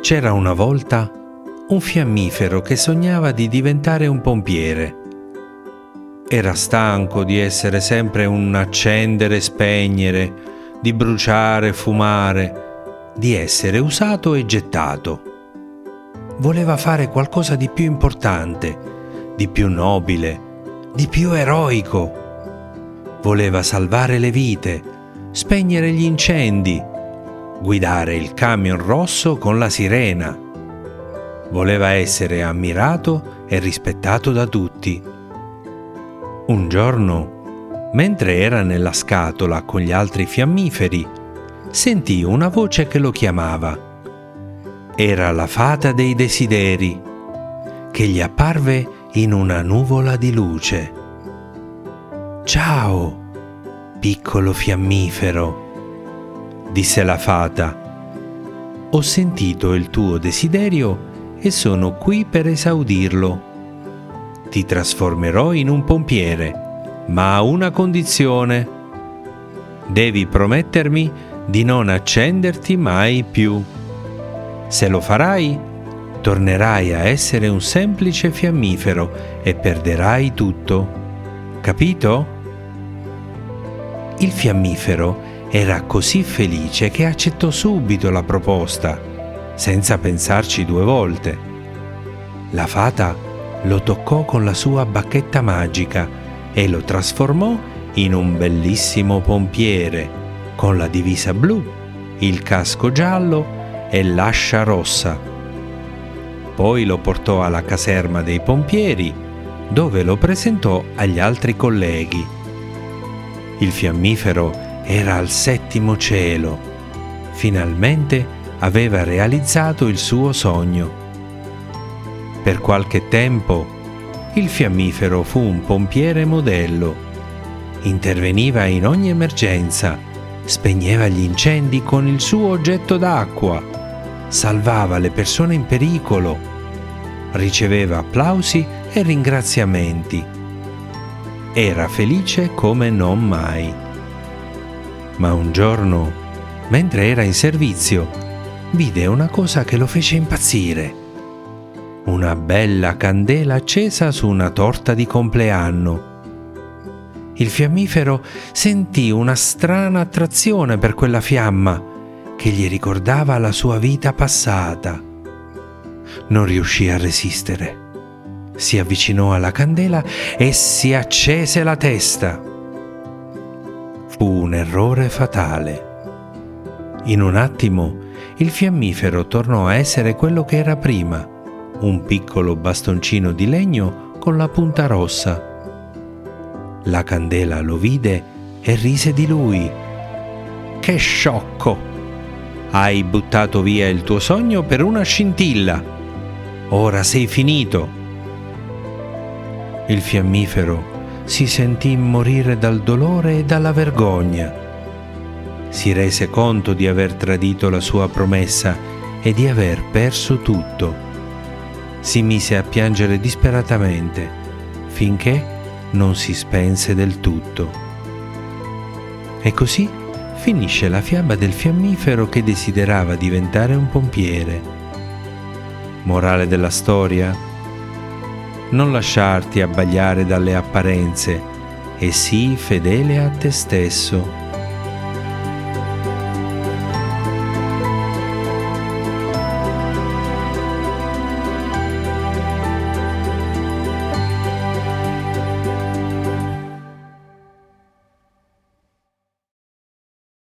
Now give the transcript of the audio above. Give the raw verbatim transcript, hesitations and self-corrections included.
C'era una volta un fiammifero che sognava di diventare un pompiere. Era stanco di essere sempre un accendere e spegnere, di bruciare e fumare, di essere usato e gettato. Voleva fare qualcosa di più importante, di più nobile, di più eroico. Voleva salvare le vite, spegnere gli incendi, guidare il camion rosso con la sirena. Voleva essere ammirato e rispettato da tutti. Un giorno, mentre era nella scatola con gli altri fiammiferi, sentì una voce che lo chiamava. Era la fata dei desideri, che gli apparve in una nuvola di luce. «Ciao, piccolo fiammifero», disse la fata. «Ho sentito il tuo desiderio e sono qui per esaudirlo. Ti trasformerò in un pompiere, ma a una condizione. Devi promettermi di non accenderti mai più. Se lo farai, tornerai a essere un semplice fiammifero e perderai tutto. Capito?» Il fiammifero era così felice che accettò subito la proposta, senza pensarci due volte. La fata lo toccò con la sua bacchetta magica e lo trasformò in un bellissimo pompiere, con la divisa blu, il casco giallo e l'ascia rossa. Poi lo portò alla caserma dei pompieri, dove lo presentò agli altri colleghi. Il fiammifero era al settimo cielo. Finalmente aveva realizzato il suo sogno. Per qualche tempo il fiammifero fu un pompiere modello. Interveniva in ogni emergenza, spegneva gli incendi con il suo oggetto d'acqua, salvava le persone in pericolo, riceveva applausi e ringraziamenti. Era felice come non mai. Ma un giorno, mentre era in servizio, vide una cosa che lo fece impazzire. Una bella candela accesa su una torta di compleanno. Il fiammifero sentì una strana attrazione per quella fiamma che gli ricordava la sua vita passata. Non riuscì a resistere. Si avvicinò alla candela e si accese la testa. Fu un errore fatale. In un attimo il fiammifero tornò a essere quello che era prima, un piccolo bastoncino di legno con la punta rossa. La candela lo vide e rise di lui. «Che sciocco! Hai buttato via il tuo sogno per una scintilla. Ora sei finito!» Il fiammifero si sentì morire dal dolore e dalla vergogna. Si rese conto di aver tradito la sua promessa e di aver perso tutto. Si mise a piangere disperatamente finché non si spense del tutto. E così finisce la fiaba del fiammifero che desiderava diventare un pompiere. Morale della storia? Non lasciarti abbagliare dalle apparenze e sii fedele a te stesso.